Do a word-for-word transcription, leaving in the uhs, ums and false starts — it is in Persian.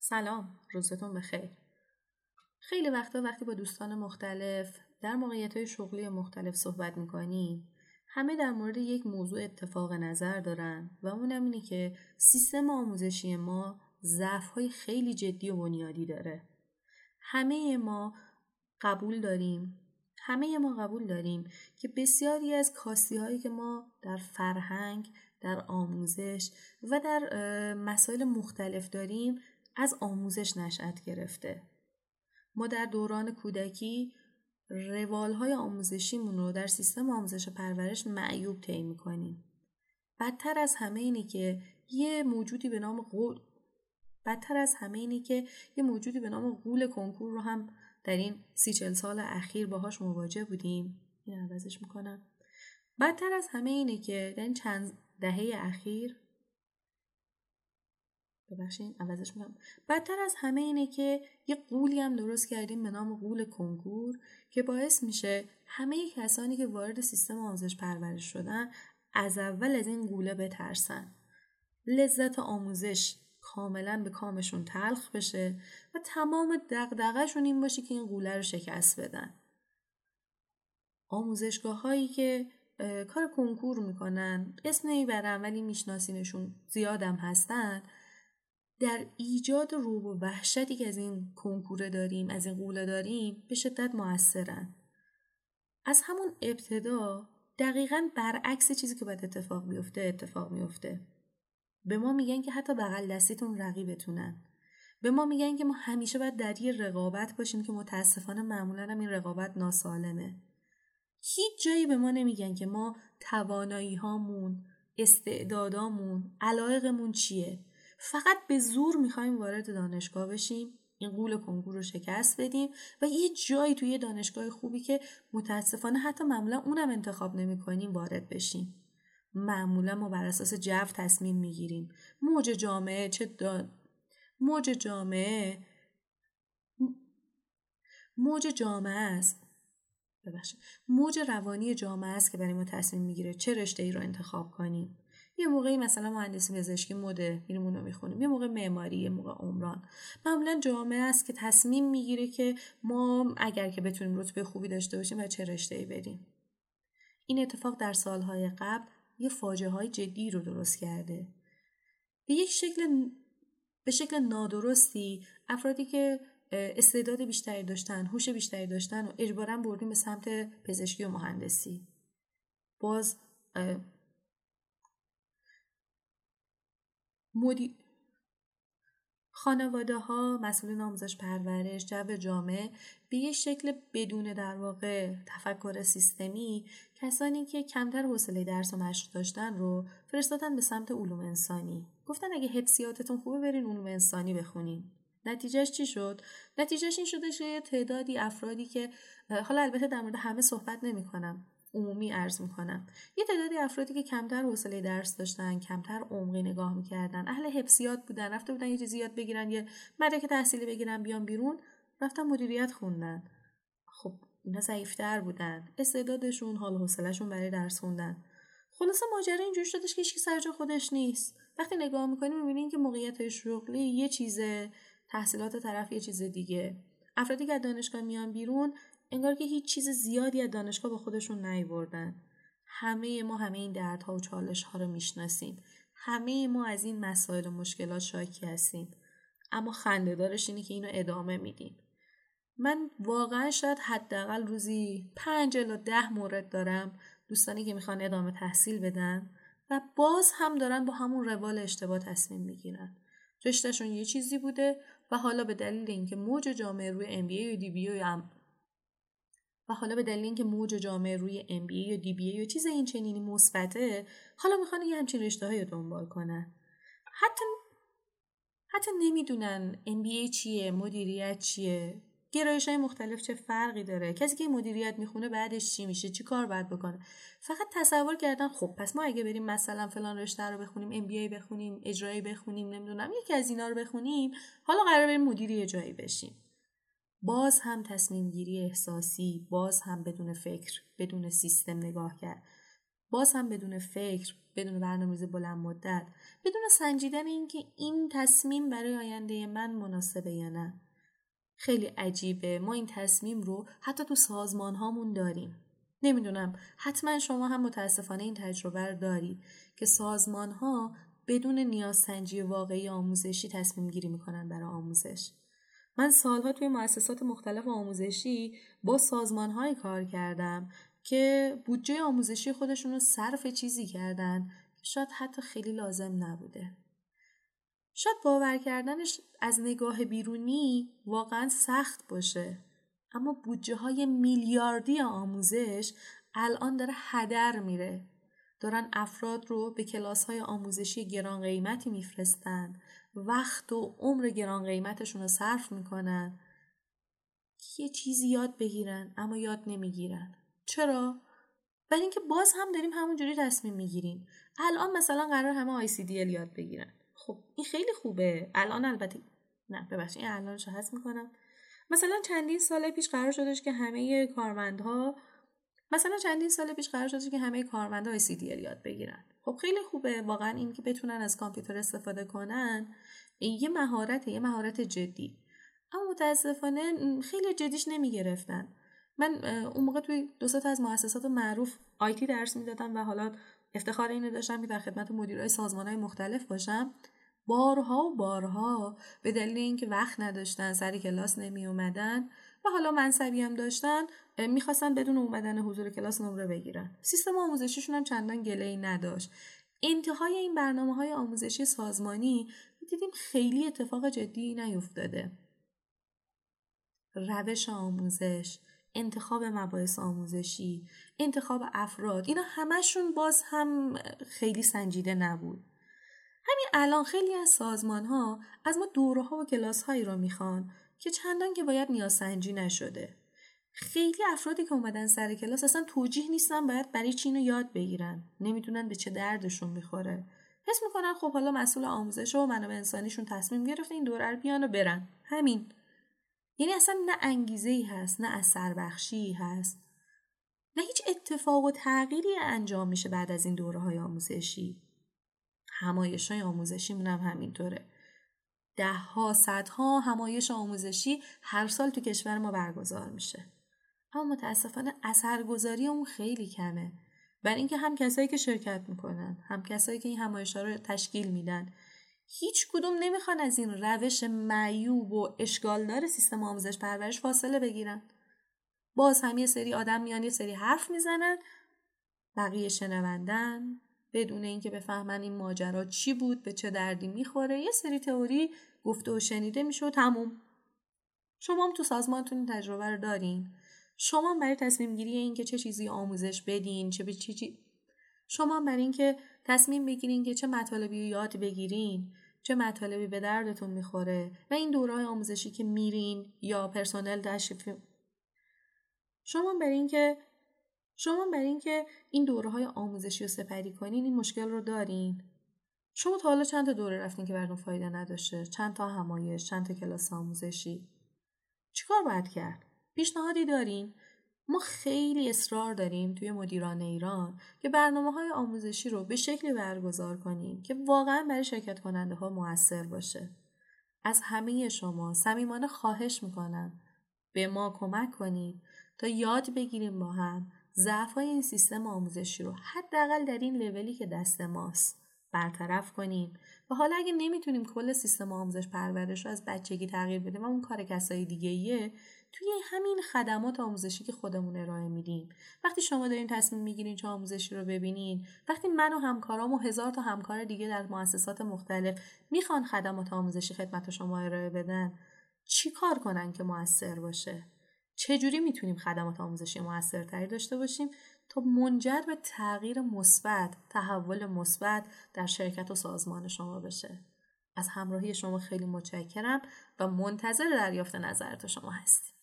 سلام، روزتون بخیر. خیلی وقتا وقتی با دوستان مختلف در موقعیت‌های شغلی مختلف صحبت می‌کنیم، همه در مورد یک موضوع اتفاق نظر دارن و اونم اینه که سیستم آموزشی ما ضعف‌های خیلی جدی و بنیادی داره. همه ما قبول داریم همه ما قبول داریم که بسیاری از کاستی‌هایی که ما در فرهنگ، در آموزش و در مسائل مختلف داریم از آموزش نشأت گرفته. ما در دوران کودکی روالهای آموزشیمون رو در سیستم آموزش و پرورش معیوب طی می‌کنیم. بدتر از همه اینه که یه موجودی به نام غول بدتر از همه اینه که یه موجودی به نام غول کنکور رو هم در این سی چل سال اخیر باهاش مواجه بودیم. این عوضش میکنم. بدتر از همه اینه که در این چند دهه اخیر ببخشید عوضش میکنم. بدتر از همه اینه که یه غولی هم درست کردیم به نام غول کنکور که باعث میشه همه کسانی که وارد سیستم آموزش پرورش شدن از اول از این غوله بترسن. لذت آموزش کاملا به کامشون تلخ بشه و تمام دغدغه‌شون این باشه که این غوله رو شکست بدن. آموزشگاه هایی که کار کنکور میکنن، اسم نمیبرم ولی میشناسینشون، زیادم هستن، در ایجاد رعب و وحشتی که از این کنکور داریم، از این غوله داریم، به شدت مؤثرن. از همون ابتدا دقیقاً برعکس چیزی که باید اتفاق بیفته اتفاق میفته. به ما میگن که حتی بغل دستیتون رقیبتونن. به ما میگن که ما همیشه باید در یه رقابت باشیم که متاسفانه معمولاً هم این رقابت ناسالمه. هیچ جایی به ما نمیگن که ما توانایی هامون، استعدادامون، علایقمون چیه. فقط به زور میخوایم وارد دانشگاه بشیم، این غول کنکور رو شکست بدیم و یه جایی توی دانشگاه خوبی که متاسفانه حتی معمولا اونم انتخاب نمی‌کنیم وارد بشیم. معمولا ما بر اساس جو تصمیم میگیریم. موج جامعه چه دا... موج جامعه موج جامعه است. ببخشید. موج روانی جامعه است که برای ما تصمیم میگیره چه رشته‌ای رو انتخاب کنیم. یه موقعی مثلا مهندسی پزشکی مده میریم اونو میخونیم، یه موقع معماری، یه موقع عمران. معمولا جامعه است که تصمیم میگیره که ما اگر که بتونیم رتبه خوبی داشته باشیم و چه رشته‌ای بریم. این اتفاق در سالهای قبل یه فاجعه های جدی رو درست کرده. به یک شکل به شکل نادرستی افرادی که استعداد بیشتری داشتن، هوش بیشتری داشتن و اجباراً بردیم به سمت پزشکی و مهندسی. باز مدی... خانواده ها، مسئولین آموزش پرورش، جو جامعه به یک شکل بدون در واقع تفکر سیستمی کسانی که کمتر حوصله درس و مشق داشتن رو فرستادن به سمت علوم انسانی. گفتن اگه حفظیاتتون خوبه برین علوم انسانی بخونین. نتیجهش چی شد؟ نتیجهش این شده که تعدادی افرادی که حالا البته در مورد همه صحبت نمی کنم، عمومی عرض میکنم، یه تعدادی افرادی که کمتر حوصله درس داشتن، کمتر عمقی نگاه میکردن، اهل حفظیات بودن، رفته بودن یه چیزی یاد بگیرن، یه مدرک تحصیلی بگیرن بیان بیرون، رفتن مدیریت خوندن. خب اینا ضعیف‌تر بودن، استعدادشون، حال و حوصله‌شون برای درس خوندن. خلاصه ماجرا اینجوری شدش که هیچ کی سر جای خودش نیست. وقتی نگاه میکنیم میبینیم که موقعیت شغلی یه چیزه، تحصیلات طرف یه چیز دیگه. افرادی که از دانشگاه میان بیرون انگار که هیچ چیز زیادی از دانشگاه با خودشون نیاوردن. همه ما همه این دردها و چالش‌ها رو میشناسیم. همه ما از این مسائل و مشکلات شاکی هستیم. اما خنده‌دارش اینه که اینو ادامه میدیم. من واقعا شاید حداقل روزی پنج الی ده مورد دارم دوستانی که میخوان ادامه تحصیل بدن و باز هم دارن با همون روال اشتباه تصمیم میگیرن. رشتهشون یه چیزی بوده و حالا به دلیل اینکه موج جامعه روی ام بی ای و دی بی ای هم و حالا به دلیل اینکه موج جامعه روی ام بی ای و دی بی ای و چیز این چنینی مثبته، حالا میخوان یه همچین رشته‌هایی رو دنبال کنن. حتی حتی نمیدونن ام بی ای چیه، مدیریت چیه، گرایش‌های مختلف چه فرقی داره، کسی که مدیریت میخونه بعدش چی میشه، چی کار باید بکنه. فقط تصور کردن خب پس ما اگه بریم مثلا فلان رشته رو بخونیم، ام بی ای بخونیم، اجرایی بخونیم، نمیدونم یکی از اینا رو بخونیم، حالا قراره بریم مدیری اجرایی بشیم. باز هم تصمیم گیری احساسی، باز هم بدون فکر، بدون سیستم نگاه کرد. باز هم بدون فکر، بدون برنامه‌ریزی بلند مدت، بدون سنجیدن اینکه این تصمیم برای آینده من مناسبه یا نه. خیلی عجیبه، ما این تصمیم رو حتی تو سازمان هامون داریم. نمیدونم، حتما شما هم متاسفانه این تجربه رو دارید که سازمان ها بدون نیازسنجی واقعی آموزشی تصمیم گیری میکنن برای آموزش. من سالها توی مؤسسات مختلف آموزشی با سازمان های کار کردم که بودجه آموزشی خودشون رو صرف چیزی کردن که شاید حتی خیلی لازم نبوده. شاید باور کردنش از نگاه بیرونی واقعا سخت باشه، اما بودجه های میلیاردی آموزش الان داره هدر میره. دارن افراد رو به کلاس های آموزشی گران قیمتی میفرستن، وقت و عمر گران قیمتشون رو صرف میکنن که یه چیزی یاد بگیرن اما یاد نمیگیرن. چرا؟ برای اینکه باز هم داریم همونجوری تصمیم میگیریم. الان مثلا قرار همه آی سی دی ال یاد بگیرن. خب این خیلی خوبه. الان البته نه ببخشید این الانشو حذف میکنم. مثلا چندین سال پیش قرار شدش که همه کارمندها مثلا چندین سال پیش قرار شدش که همه کارمندها آی سی دی ال یاد بگیرن. خب خیلی خوبه واقعا این که بتونن از کامپیوتر استفاده کنن. این یه مهارته، یه مهارت جدی. اما متاسفانه خیلی جدیش نمیگرفتن. من اون موقع توی دو سه تا از مؤسسات معروف آیتی درس میدادم و حالا افتخار اینو داشتم که در خدمت مدیرای سازمان‌های مختلف باشم. بارها و بارها به دلیل اینکه وقت نداشتن، سر کلاس نمی اومدن و حالا منصبی هم داشتن، میخواستن بدون اومدن حضور کلاس نمره بگیرن. سیستم آموزشیشون هم چندان گله‌ای نداشت. انتهای این برنامه‌های آموزشی سازمانی دیدیم خیلی اتفاق جدی نیفتاده. روش آموزش، انتخاب مباحث آموزشی، انتخاب افراد، اینا همشون باز هم خیلی سنجیده نبود. همین الان خیلی از سازمان ها از ما دوره ها و کلاس هایی رو میخوان که چندان که باید نیازسنجی نشده. خیلی افرادی که اومدن سر کلاس اصلا توجیه نیستن باید برای چی اینو یاد بگیرن. نمیدونن به چه دردشون میخوره. حس میکنن خب حالا مسئول آموزش و منابع انسانیشون تصمیم گرفته این دوره رو بیان و برن. همین. یعنی اصلا نه انگیزه‌ای هست، نه اثر بخشی هست، نه هیچ اتفاق و تغییری انجام میشه بعد از این دوره‌های آموزشی. همایش‌های آموزشی منم همینطوره. ده ها، صدها همایش آموزشی هر سال تو کشور ما برگزار میشه. اما متاسفانه اثرگذاری اون خیلی کمه. برای اینکه هم کسایی که شرکت میکنن، هم کسایی که این همایش‌ها رو تشکیل میدن، هیچ کدوم نمیخوان از این روش معیوب و اشکالدار سیستم آموزش پرورش فاصله بگیرن. باز هم یه سری آدم میان یه سری حرف میزنن، بقیه شنوندن، بدون اینکه بفهمن این ماجرا چی بود، به چه دردی میخوره، یه سری تئوری گفته و شنیده میشه و تموم. شما هم تو سازمانتون این تجربه رو دارین. شما هم برای تصمیم گیری این که چه چیزی آموزش بدین، چه به چی چی شما هم برای این که تصمیم بگیرین که چه مطالبی رو یاد بگیرین، چه مطالبی به دردتون میخوره و این دوره‌های آموزشی که میرین یا پرسنل تشریف شما هم برای این که شما برای این که این دوره‌های آموزشی رو سپری کنین این مشکل رو دارین. شما تا حالا چند تا دوره رفتین که براتون فایده نداشته؟ چند تا همایش، چند تا کلاس آموزشی؟ چیکار باید کرد؟ پیشنهادی دارین؟ ما خیلی اصرار داریم توی مدیران ایران که برنامه‌های آموزشی رو به شکلی برگزار کنیم که واقعا برای شرکت کننده ها مؤثر باشه. از همه شما صمیمانه خواهش میکنم به ما کمک کنید تا یاد بگیریم با هم ضعف‌های این سیستم آموزشی رو حداقل در این لولی که دست ماست برطرف کنیم و حالا اگه نمیتونیم کل سیستم آموزش پرورش رو از بچگی تغییر بدیم و اون کار کسای دیگه ایه، توی همین خدمات آموزشی که خودمون ارائه میدیم، وقتی شما دارین تصمیم میگیرین چه آموزشی رو ببینین، وقتی من و همکارام و هزار تا همکار دیگه در مؤسسات مختلف میخوان خدمات آموزشی خدمت شما ارائه بدن، چی کار کنن که مؤثر باشه؟ چجوری میتونیم خدمات آموزشی مؤثرتری داشته باشیم تا منجر به تغییر مثبت، تحول مثبت در شرکت و سازمان شما بشه؟ از همراهی شما خیلی متشکرم و منتظر دریافت نظرات شما هستیم.